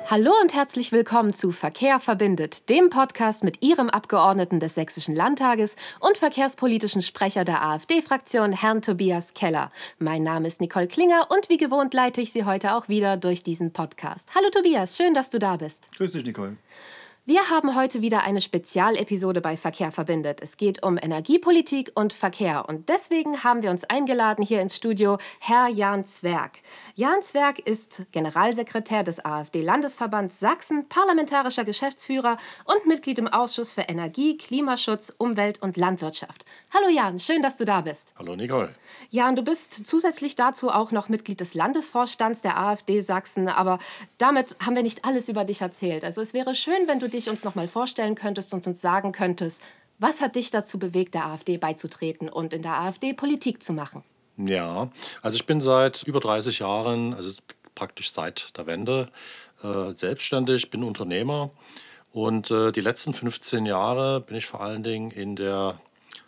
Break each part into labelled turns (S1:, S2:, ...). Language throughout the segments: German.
S1: Hallo und herzlich willkommen zu Verkehr verbindet, dem Podcast mit Ihrem Abgeordneten des Sächsischen Landtages und verkehrspolitischen Sprecher der AfD-Fraktion, Herrn Tobias Keller. Mein Name ist Nicole Klinger und wie gewohnt leite ich Sie heute auch wieder durch diesen Podcast. Hallo Tobias, schön, dass du da bist.
S2: Grüß dich, Nicole.
S1: Wir haben heute wieder eine Spezialepisode bei Verkehr verbindet. Es geht um Energiepolitik und Verkehr. Und deswegen haben wir uns eingeladen hier ins Studio Herr Jan Zwerg. Jan Zwerg ist Generalsekretär des AfD-Landesverbands Sachsen, parlamentarischer Geschäftsführer und Mitglied im Ausschuss für Energie, Klimaschutz, Umwelt und Landwirtschaft. Hallo Jan, schön, dass du da bist.
S3: Hallo Nicole.
S1: Jan, du bist zusätzlich dazu auch noch Mitglied des Landesvorstands der AfD Sachsen. Aber damit haben wir nicht alles über dich erzählt. Also es wäre schön, wenn du dich uns noch mal vorstellen könntest und uns sagen könntest, was hat dich dazu bewegt, der AfD beizutreten und in der AfD Politik zu machen?
S3: Ja, also ich bin seit über 30 Jahren, also praktisch seit der Wende, selbstständig, bin Unternehmer und die letzten 15 Jahre bin ich vor allen Dingen in der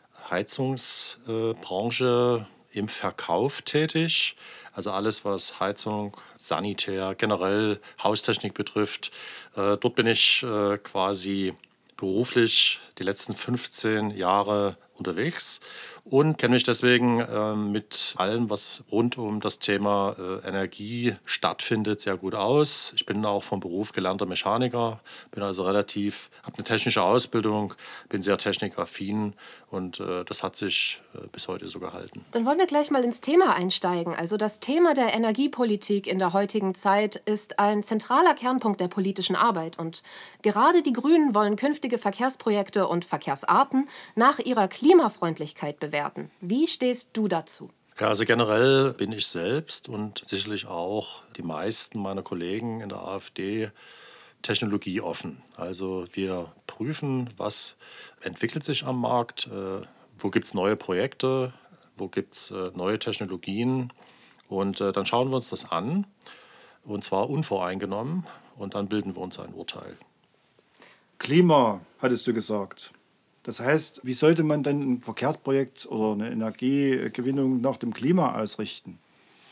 S3: Heizungsbranche im Verkauf tätig. Also alles, was Heizung, Sanitär, generell Haustechnik betrifft. Dort bin ich quasi beruflich die letzten 15 Jahre unterwegs und kenne mich deswegen mit allem, was rund um das Thema Energie stattfindet, sehr gut aus. Ich bin auch vom Beruf gelernter Mechaniker, bin also habe eine technische Ausbildung, bin sehr technikaffin und das hat sich bis heute so gehalten.
S1: Dann wollen wir gleich mal ins Thema einsteigen. Also das Thema der Energiepolitik in der heutigen Zeit ist ein zentraler Kernpunkt der politischen Arbeit. Und gerade die Grünen wollen künftige Verkehrsprojekte und Verkehrsarten nach ihrer Klimafreundlichkeit bewerten. Wie stehst du dazu?
S3: Ja, also generell bin ich selbst und sicherlich auch die meisten meiner Kollegen in der AfD technologieoffen. Also wir prüfen, was entwickelt sich am Markt, wo gibt es neue Projekte, wo gibt es neue Technologien und dann schauen wir uns das an und zwar unvoreingenommen und dann bilden wir uns ein Urteil.
S2: Klima, hattest du gesagt. Das heißt, wie sollte man denn ein Verkehrsprojekt oder eine Energiegewinnung nach dem Klima ausrichten?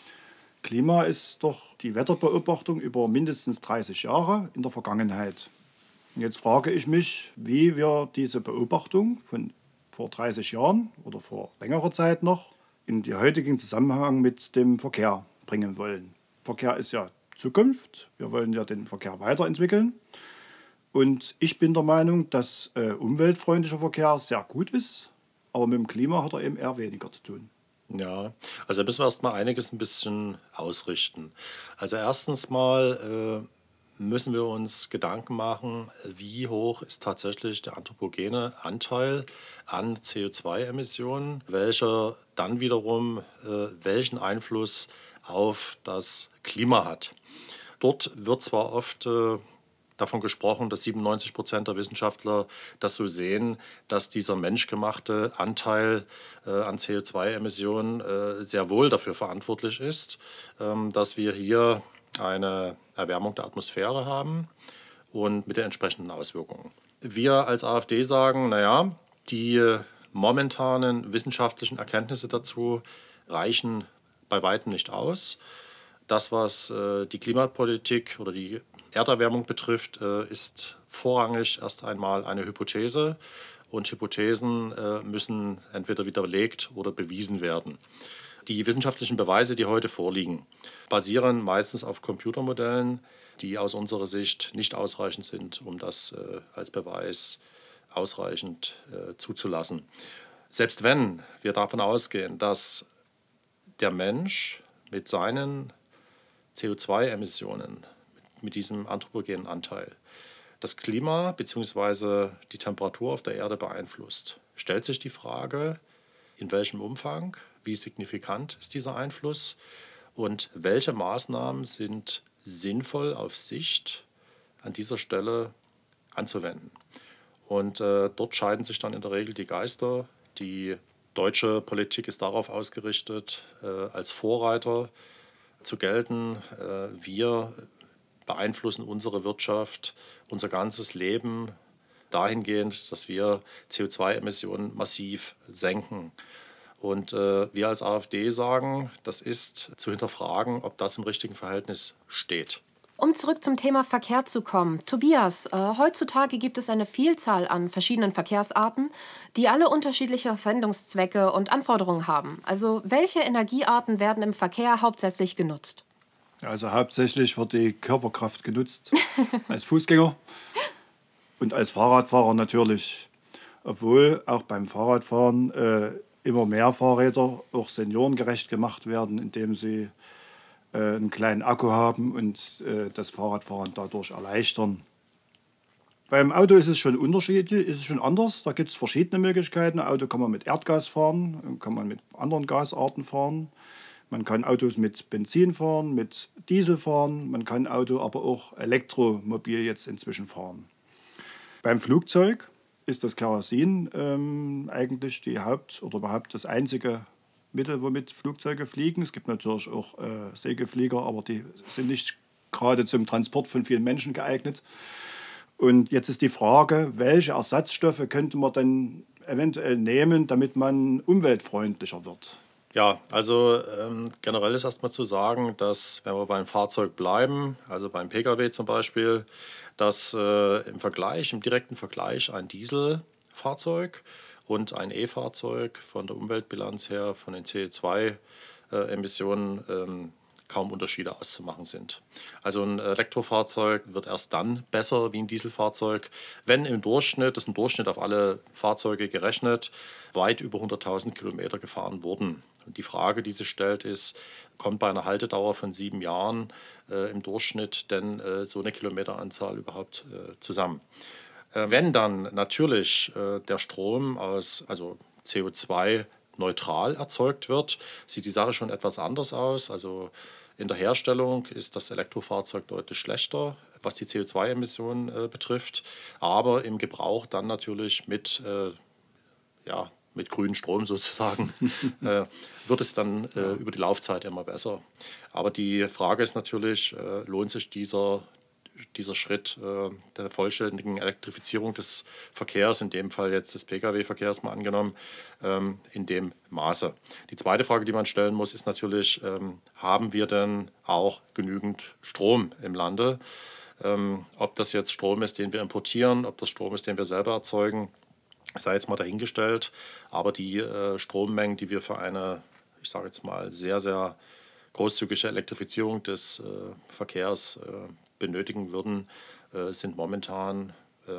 S2: Klima ist doch die Wetterbeobachtung über mindestens 30 Jahre in der Vergangenheit. Und jetzt frage ich mich, wie wir diese Beobachtung von vor 30 Jahren oder vor längerer Zeit noch in den heutigen Zusammenhang mit dem Verkehr bringen wollen. Verkehr ist ja Zukunft. Wir wollen ja den Verkehr weiterentwickeln. Und ich bin der Meinung, dass umweltfreundlicher Verkehr sehr gut ist, aber mit dem Klima hat er eben eher weniger zu tun.
S3: Ja, also da müssen wir erstmal einiges ein bisschen ausrichten. Also erstens mal müssen wir uns Gedanken machen, wie hoch ist tatsächlich der anthropogene Anteil an CO2-Emissionen, welcher dann wiederum welchen Einfluss auf das Klima hat. Dort wird zwar oft davon gesprochen, dass 97% der Wissenschaftler das so sehen, dass dieser menschgemachte Anteil an CO2-Emissionen sehr wohl dafür verantwortlich ist, dass wir hier eine Erwärmung der Atmosphäre haben und mit den entsprechenden Auswirkungen. Wir als AfD sagen, naja, die momentanen wissenschaftlichen Erkenntnisse dazu reichen bei weitem nicht aus. Das, was die Klimapolitik oder die Erderwärmung betrifft, ist vorrangig erst einmal eine Hypothese und Hypothesen müssen entweder widerlegt oder bewiesen werden. Die wissenschaftlichen Beweise, die heute vorliegen, basieren meistens auf Computermodellen, die aus unserer Sicht nicht ausreichend sind, um das als Beweis ausreichend zuzulassen. Selbst wenn wir davon ausgehen, dass der Mensch mit seinen CO2-Emissionen, mit diesem anthropogenen Anteil, das Klima bzw. die Temperatur auf der Erde beeinflusst, stellt sich die Frage, in welchem Umfang, wie signifikant ist dieser Einfluss und welche Maßnahmen sind sinnvoll auf Sicht an dieser Stelle anzuwenden. Und dort scheiden sich dann in der Regel die Geister. Die deutsche Politik ist darauf ausgerichtet, als Vorreiter zu gelten. Wir beeinflussen unsere Wirtschaft, unser ganzes Leben dahingehend, dass wir CO2-Emissionen massiv senken. Und wir als AfD sagen, das ist zu hinterfragen, ob das im richtigen Verhältnis steht.
S1: Um zurück zum Thema Verkehr zu kommen. Tobias, heutzutage gibt es eine Vielzahl an verschiedenen Verkehrsarten, die alle unterschiedliche Verwendungszwecke und Anforderungen haben. Also welche Energiearten werden im Verkehr hauptsächlich genutzt?
S2: Also hauptsächlich wird die Körperkraft genutzt als Fußgänger und als Fahrradfahrer natürlich. Obwohl auch beim Fahrradfahren immer mehr Fahrräder auch seniorengerecht gemacht werden, indem sie einen kleinen Akku haben und das Fahrradfahren dadurch erleichtern. Beim Auto ist es schon unterschiedlich, ist es schon anders. Da gibt es verschiedene Möglichkeiten. Ein Auto kann man mit Erdgas fahren, kann man mit anderen Gasarten fahren. Man kann Autos mit Benzin fahren, mit Diesel fahren. Man kann Auto aber auch elektromobil jetzt inzwischen fahren. Beim Flugzeug ist das Kerosin eigentlich die oder überhaupt das einzige Mittel, womit Flugzeuge fliegen. Es gibt natürlich auch Segelflieger, aber die sind nicht gerade zum Transport von vielen Menschen geeignet. Und jetzt ist die Frage, welche Ersatzstoffe könnte man denn eventuell nehmen, damit man umweltfreundlicher wird?
S3: Ja, also generell ist erstmal zu sagen, dass wenn wir beim Fahrzeug bleiben, also beim Pkw zum Beispiel, dass im direkten Vergleich ein Dieselfahrzeug und ein E-Fahrzeug von der Umweltbilanz her, von den CO2-Emissionen kaum Unterschiede auszumachen sind. Also ein Elektrofahrzeug wird erst dann besser wie ein Dieselfahrzeug, wenn im Durchschnitt, das ist ein Durchschnitt auf alle Fahrzeuge gerechnet, weit über 100.000 Kilometer gefahren wurden. Und die Frage, die sich stellt, ist, kommt bei einer Haltedauer von 7 Jahren im Durchschnitt denn so eine Kilometeranzahl überhaupt zusammen? Wenn dann natürlich der Strom also CO2 neutral erzeugt wird, sieht die Sache schon etwas anders aus. Also in der Herstellung ist das Elektrofahrzeug deutlich schlechter, was die CO2-Emissionen betrifft, aber im Gebrauch dann natürlich mit grünem Strom sozusagen, wird es dann über die Laufzeit immer besser. Aber die Frage ist natürlich, lohnt sich dieser Schritt der vollständigen Elektrifizierung des Verkehrs, in dem Fall jetzt des Pkw-Verkehrs mal angenommen, in dem Maße. Die zweite Frage, die man stellen muss, ist natürlich, haben wir denn auch genügend Strom im Lande? Ob das jetzt Strom ist, den wir importieren, ob das Strom ist, den wir selber erzeugen, sei jetzt mal dahingestellt. Aber die Strommengen, die wir für eine, ich sage jetzt mal, sehr, sehr großzügige Elektrifizierung des Verkehrs benötigen würden, sind momentan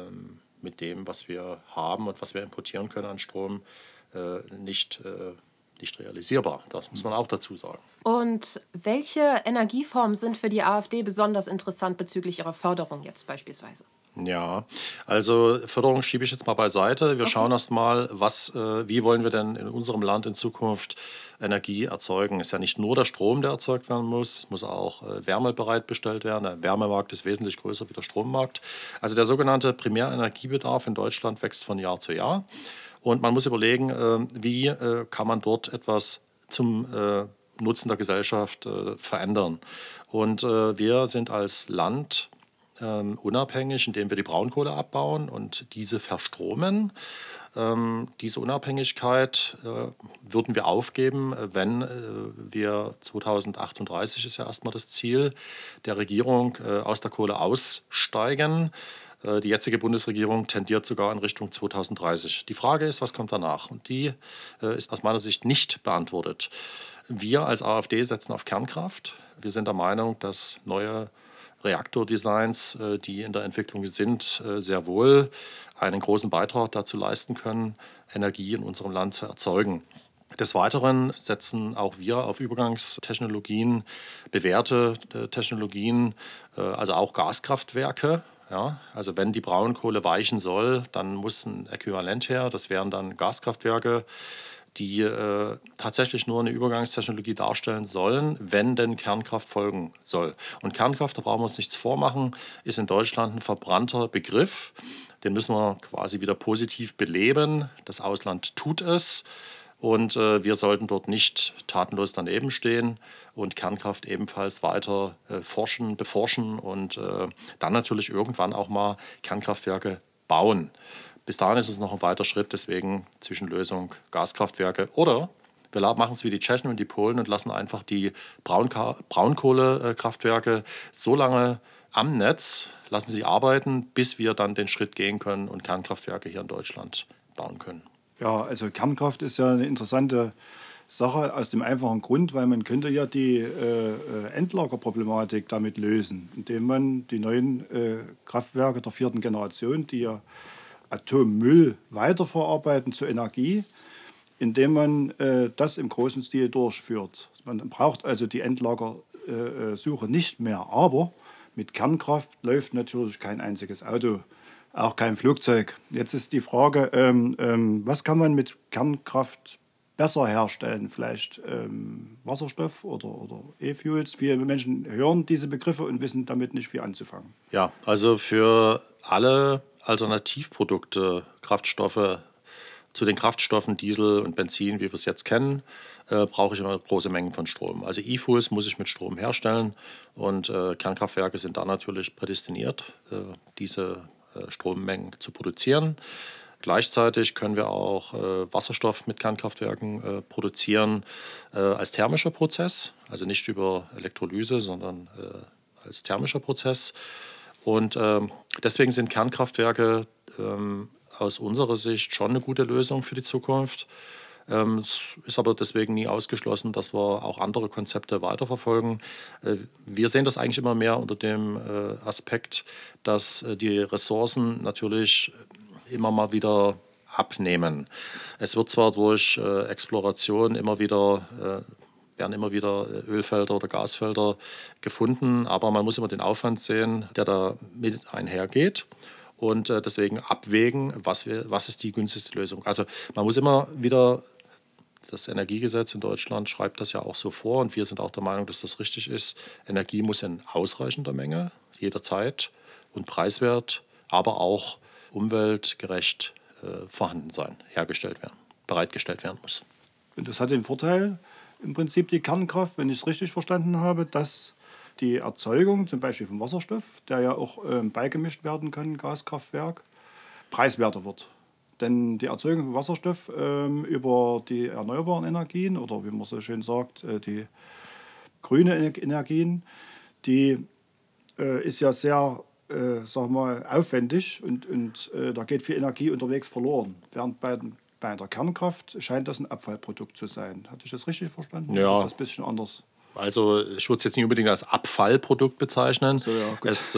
S3: mit dem, was wir haben und was wir importieren können an Strom, nicht realisierbar. Das muss man auch dazu sagen.
S1: Und welche Energieformen sind für die AfD besonders interessant bezüglich ihrer Förderung jetzt beispielsweise?
S3: Ja, also Förderung schiebe ich jetzt mal beiseite. Wir schauen erst mal, wie wollen wir denn in unserem Land in Zukunft Energie erzeugen. Es ist ja nicht nur der Strom, der erzeugt werden muss, es muss auch Wärme bereitgestellt werden. Der Wärmemarkt ist wesentlich größer wie der Strommarkt. Also der sogenannte Primärenergiebedarf in Deutschland wächst von Jahr zu Jahr. Und man muss überlegen, wie kann man dort etwas zum Nutzen der Gesellschaft verändern. Und wir sind als Land unabhängig, indem wir die Braunkohle abbauen und diese verstromen. Diese Unabhängigkeit würden wir aufgeben, wenn wir 2038 ist ja erstmal das Ziel der Regierung, aus der Kohle aussteigen. Die jetzige Bundesregierung tendiert sogar in Richtung 2030. Die Frage ist, was kommt danach? Und die ist aus meiner Sicht nicht beantwortet. Wir als AfD setzen auf Kernkraft. Wir sind der Meinung, dass neue Reaktordesigns, die in der Entwicklung sind, sehr wohl einen großen Beitrag dazu leisten können, Energie in unserem Land zu erzeugen. Des Weiteren setzen auch wir auf Übergangstechnologien, bewährte Technologien, also auch Gaskraftwerke. Ja, also wenn die Braunkohle weichen soll, dann muss ein Äquivalent her. Das wären dann Gaskraftwerke, die tatsächlich nur eine Übergangstechnologie darstellen sollen, wenn denn Kernkraft folgen soll. Und Kernkraft, da brauchen wir uns nichts vormachen, ist in Deutschland ein verbrannter Begriff. Den müssen wir quasi wieder positiv beleben. Das Ausland tut es. Und wir sollten dort nicht tatenlos daneben stehen und Kernkraft ebenfalls weiter beforschen und dann natürlich irgendwann auch mal Kernkraftwerke bauen. Bis dahin ist es noch ein weiter Schritt, deswegen Zwischenlösung Gaskraftwerke oder Wir machen es wie die Tschechen und die Polen und lassen einfach die Braunkohlekraftwerke so lange am Netz, lassen sie arbeiten, bis wir dann den Schritt gehen können und Kernkraftwerke hier in Deutschland bauen können.
S2: Ja, also Kernkraft ist ja eine interessante Sache aus dem einfachen Grund, weil man könnte ja die Endlagerproblematik damit lösen, indem man die neuen Kraftwerke der 4. Generation, die ja Atommüll weiterverarbeiten zu Energie, indem man das im großen Stil durchführt. Man braucht also die Endlagersuche nicht mehr, aber mit Kernkraft läuft natürlich kein einziges Auto, auch kein Flugzeug. Jetzt ist die Frage, was kann man mit Kernkraft besser herstellen? Vielleicht Wasserstoff oder E-Fuels. Viele Menschen hören diese Begriffe und wissen damit nicht viel anzufangen.
S3: Ja, also für alle Alternativprodukte, Kraftstoffe, zu den Kraftstoffen Diesel und Benzin, wie wir es jetzt kennen, brauche ich immer große Mengen von Strom. Also E-Fuels muss ich mit Strom herstellen und Kernkraftwerke sind da natürlich prädestiniert, diese Strommengen zu produzieren. Gleichzeitig können wir auch Wasserstoff mit Kernkraftwerken produzieren als thermischer Prozess, also nicht über Elektrolyse, sondern als thermischer Prozess. Und deswegen sind Kernkraftwerke aus unserer Sicht schon eine gute Lösung für die Zukunft. Es ist aber deswegen nie ausgeschlossen, dass wir auch andere Konzepte weiterverfolgen. Wir sehen das eigentlich immer mehr unter dem Aspekt, dass die Ressourcen natürlich immer mal wieder abnehmen. Es wird zwar durch Exploration werden immer wieder Ölfelder oder Gasfelder gefunden, aber man muss immer den Aufwand sehen, der da mit einhergeht. Und deswegen abwägen, was ist die günstigste Lösung. Also man muss immer wieder, das Energiegesetz in Deutschland schreibt das ja auch so vor und wir sind auch der Meinung, dass das richtig ist. Energie muss in ausreichender Menge, jederzeit und preiswert, aber auch umweltgerecht vorhanden sein, hergestellt werden, bereitgestellt werden muss.
S2: Und das hat den Vorteil, im Prinzip die Kernkraft, wenn ich es richtig verstanden habe, dass die Erzeugung zum Beispiel von Wasserstoff, der ja auch beigemischt werden kann, Gaskraftwerk, preiswerter wird. Denn die Erzeugung von Wasserstoff über die erneuerbaren Energien oder wie man so schön sagt, die grüne Energien, die ist ja sehr aufwendig und da geht viel Energie unterwegs verloren. Während bei der Kernkraft scheint das ein Abfallprodukt zu sein. Hatte ich das richtig verstanden?
S3: Ja.
S2: Oder ist das ein bisschen anders?
S3: Also ich würde es jetzt nicht unbedingt als Abfallprodukt bezeichnen.
S2: So, ja,
S3: es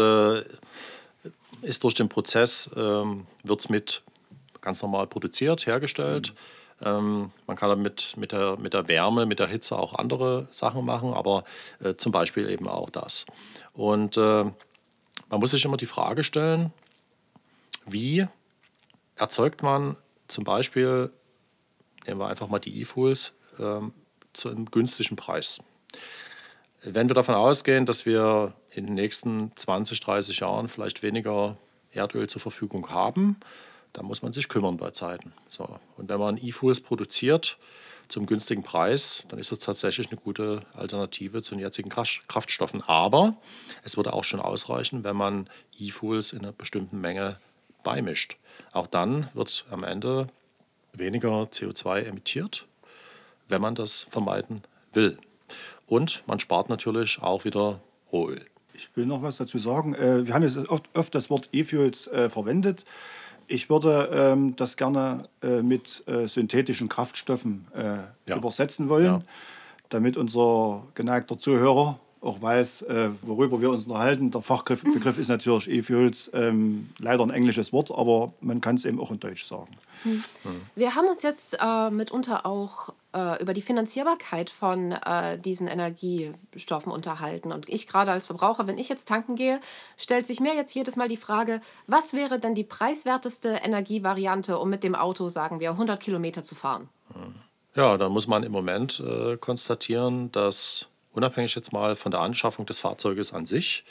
S3: ist durch den Prozess, wird es mit ganz normal produziert, hergestellt. Man kann damit mit der Wärme, mit der Hitze auch andere Sachen machen, aber zum Beispiel eben auch das. Und man muss sich immer die Frage stellen, wie erzeugt man zum Beispiel, nehmen wir einfach mal die E-Fuels, zu einem günstigen Preis. Wenn wir davon ausgehen, dass wir in den nächsten 20, 30 Jahren vielleicht weniger Erdöl zur Verfügung haben, dann muss man sich kümmern bei Zeiten. So. Und wenn man E-Fuels produziert zum günstigen Preis, dann ist das tatsächlich eine gute Alternative zu den jetzigen Kraftstoffen. Aber es würde auch schon ausreichen, wenn man E-Fuels in einer bestimmten Menge beimischt. Auch dann wird am Ende weniger CO2 emittiert, wenn man das vermeiden will. Und man spart natürlich auch wieder Rohöl.
S2: Ich will noch was dazu sagen. Wir haben jetzt oft das Wort E-Fuels verwendet. Ich würde das gerne mit synthetischen Kraftstoffen übersetzen wollen, damit unser geneigter Zuhörer auch weiß, worüber wir uns unterhalten. Der Fachbegriff ist natürlich E-Fuels, leider ein englisches Wort, aber man kann es eben auch in Deutsch sagen.
S1: Wir haben uns jetzt mitunter auch über die Finanzierbarkeit von diesen Energiestoffen unterhalten. Und ich gerade als Verbraucher, wenn ich jetzt tanken gehe, stellt sich mir jetzt jedes Mal die Frage, was wäre denn die preiswerteste Energievariante, um mit dem Auto, sagen wir, 100 Kilometer zu fahren?
S3: Ja, da muss man im Moment konstatieren, dass unabhängig jetzt mal von der Anschaffung des Fahrzeuges an sich,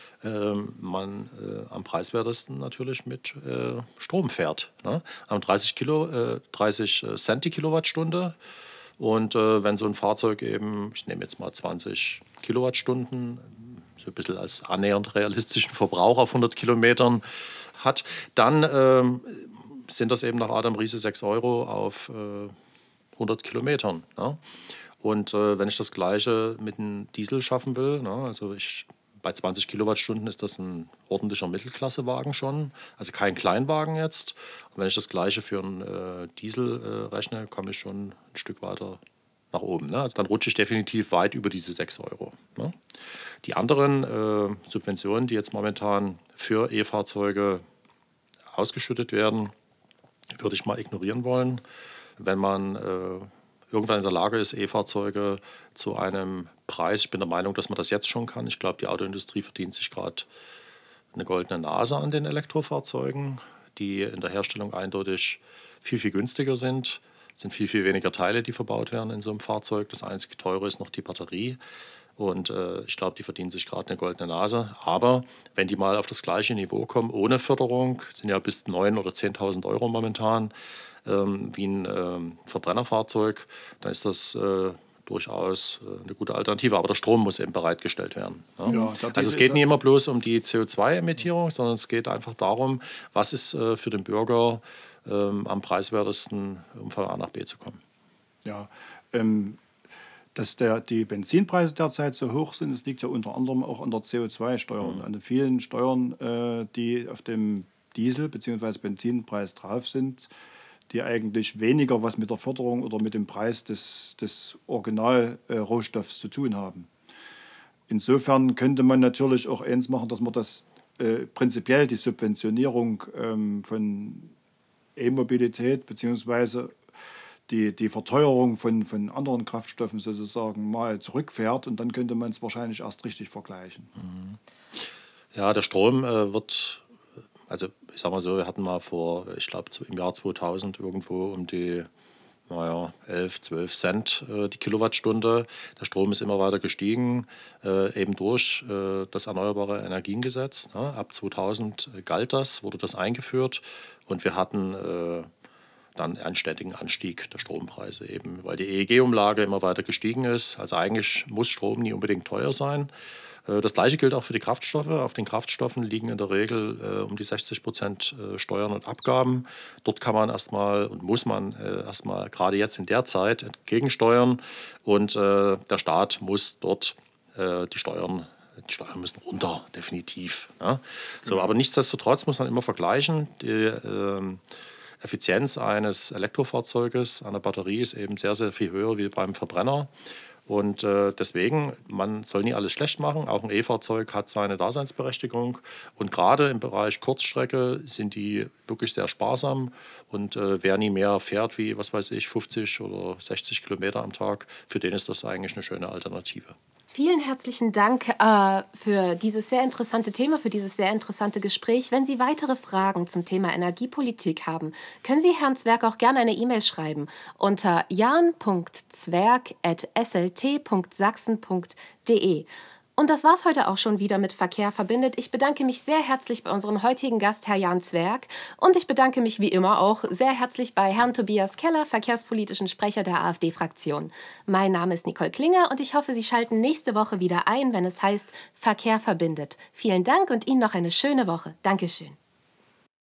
S3: man am preiswertesten natürlich mit Strom fährt. Ne? Am 30 Cent die Kilowattstunde. Und wenn so ein Fahrzeug eben, ich nehme jetzt mal 20 Kilowattstunden, so ein bisschen als annähernd realistischen Verbrauch auf 100 Kilometern hat, dann sind das eben nach Adam Riese 6 Euro auf 100 Kilometern. Ne? Und wenn ich das Gleiche mit einem Diesel schaffen will, ne, also bei 20 Kilowattstunden ist das ein ordentlicher Mittelklassewagen schon, also kein Kleinwagen jetzt. Und wenn ich das Gleiche für einen Diesel rechne, komme ich schon ein Stück weiter nach oben. Ne? Also dann rutsche ich definitiv weit über diese 6 Euro. Ne? Die anderen Subventionen, die jetzt momentan für E-Fahrzeuge ausgeschüttet werden, würde ich mal ignorieren wollen. Wenn man irgendwann in der Lage ist, E-Fahrzeuge zu einem Preis, ich bin der Meinung, dass man das jetzt schon kann. Ich glaube, die Autoindustrie verdient sich gerade eine goldene Nase an den Elektrofahrzeugen, die in der Herstellung eindeutig viel, viel günstiger sind. Es sind viel, viel weniger Teile, die verbaut werden in so einem Fahrzeug. Das einzige Teure ist noch die Batterie. Und ich glaube, die verdienen sich gerade eine goldene Nase. Aber wenn die mal auf das gleiche Niveau kommen, ohne Förderung, sind ja bis 9.000 oder 10.000 Euro momentan, wie ein Verbrennerfahrzeug, dann ist das durchaus eine gute Alternative. Aber der Strom muss eben bereitgestellt werden. Ne?
S2: Ja,
S3: Also es geht nicht immer bloß um die CO2-Emittierung, sondern es geht einfach darum, was ist für den Bürger am preiswertesten, um von A nach B zu kommen.
S2: Ja, dass die Benzinpreise derzeit so hoch sind, das liegt ja unter anderem auch an der CO2-Steuer und an den vielen Steuern, die auf dem Diesel- bzw. Benzinpreis drauf sind, die eigentlich weniger was mit der Förderung oder mit dem Preis des Originalrohstoffs zu tun haben. Insofern könnte man natürlich auch eins machen, dass man das prinzipiell die Subventionierung von E-Mobilität bzw. die Verteuerung von anderen Kraftstoffen sozusagen mal zurückfährt und dann könnte man es wahrscheinlich erst richtig vergleichen.
S3: Ja, der Strom also ich sag mal so, wir hatten mal ich glaube im Jahr 2000 irgendwo um die 11, 12 Cent die Kilowattstunde. Der Strom ist immer weiter gestiegen, eben durch das Erneuerbare Energiengesetz. Ne? Ab 2000 galt das, wurde das eingeführt und wir hatten dann einen ständigen Anstieg der Strompreise eben, weil die EEG-Umlage immer weiter gestiegen ist. Also eigentlich muss Strom nie unbedingt teuer sein. Das Gleiche gilt auch für die Kraftstoffe. Auf den Kraftstoffen liegen in der Regel um die 60% Steuern und Abgaben. Dort kann man erstmal und muss man erstmal gerade jetzt in der Zeit entgegensteuern. Und der Staat muss dort die Steuern müssen runter, definitiv. Ja. So, aber nichtsdestotrotz muss man immer vergleichen. Die Effizienz eines Elektrofahrzeuges, einer Batterie, ist eben sehr, sehr viel höher wie beim Verbrenner. Und deswegen, man soll nie alles schlecht machen. Auch ein E-Fahrzeug hat seine Daseinsberechtigung. Und gerade im Bereich Kurzstrecke sind die wirklich sehr sparsam. Und wer nie mehr fährt wie, 50 oder 60 Kilometer am Tag, für den ist das eigentlich eine schöne Alternative.
S1: Vielen herzlichen Dank für dieses sehr interessante Thema, für dieses sehr interessante Gespräch. Wenn Sie weitere Fragen zum Thema Energiepolitik haben, können Sie Herrn Zwerg auch gerne eine E-Mail schreiben unter jan.zwerg@slt.sachsen.de. Und das war's heute auch schon wieder mit Verkehr verbindet. Ich bedanke mich sehr herzlich bei unserem heutigen Gast, Herr Jan Zwerg. Und ich bedanke mich wie immer auch sehr herzlich bei Herrn Tobias Keller, verkehrspolitischen Sprecher der AfD-Fraktion. Mein Name ist Nicole Klinger und ich hoffe, Sie schalten nächste Woche wieder ein, wenn es heißt Verkehr verbindet. Vielen Dank und Ihnen noch eine schöne Woche. Dankeschön.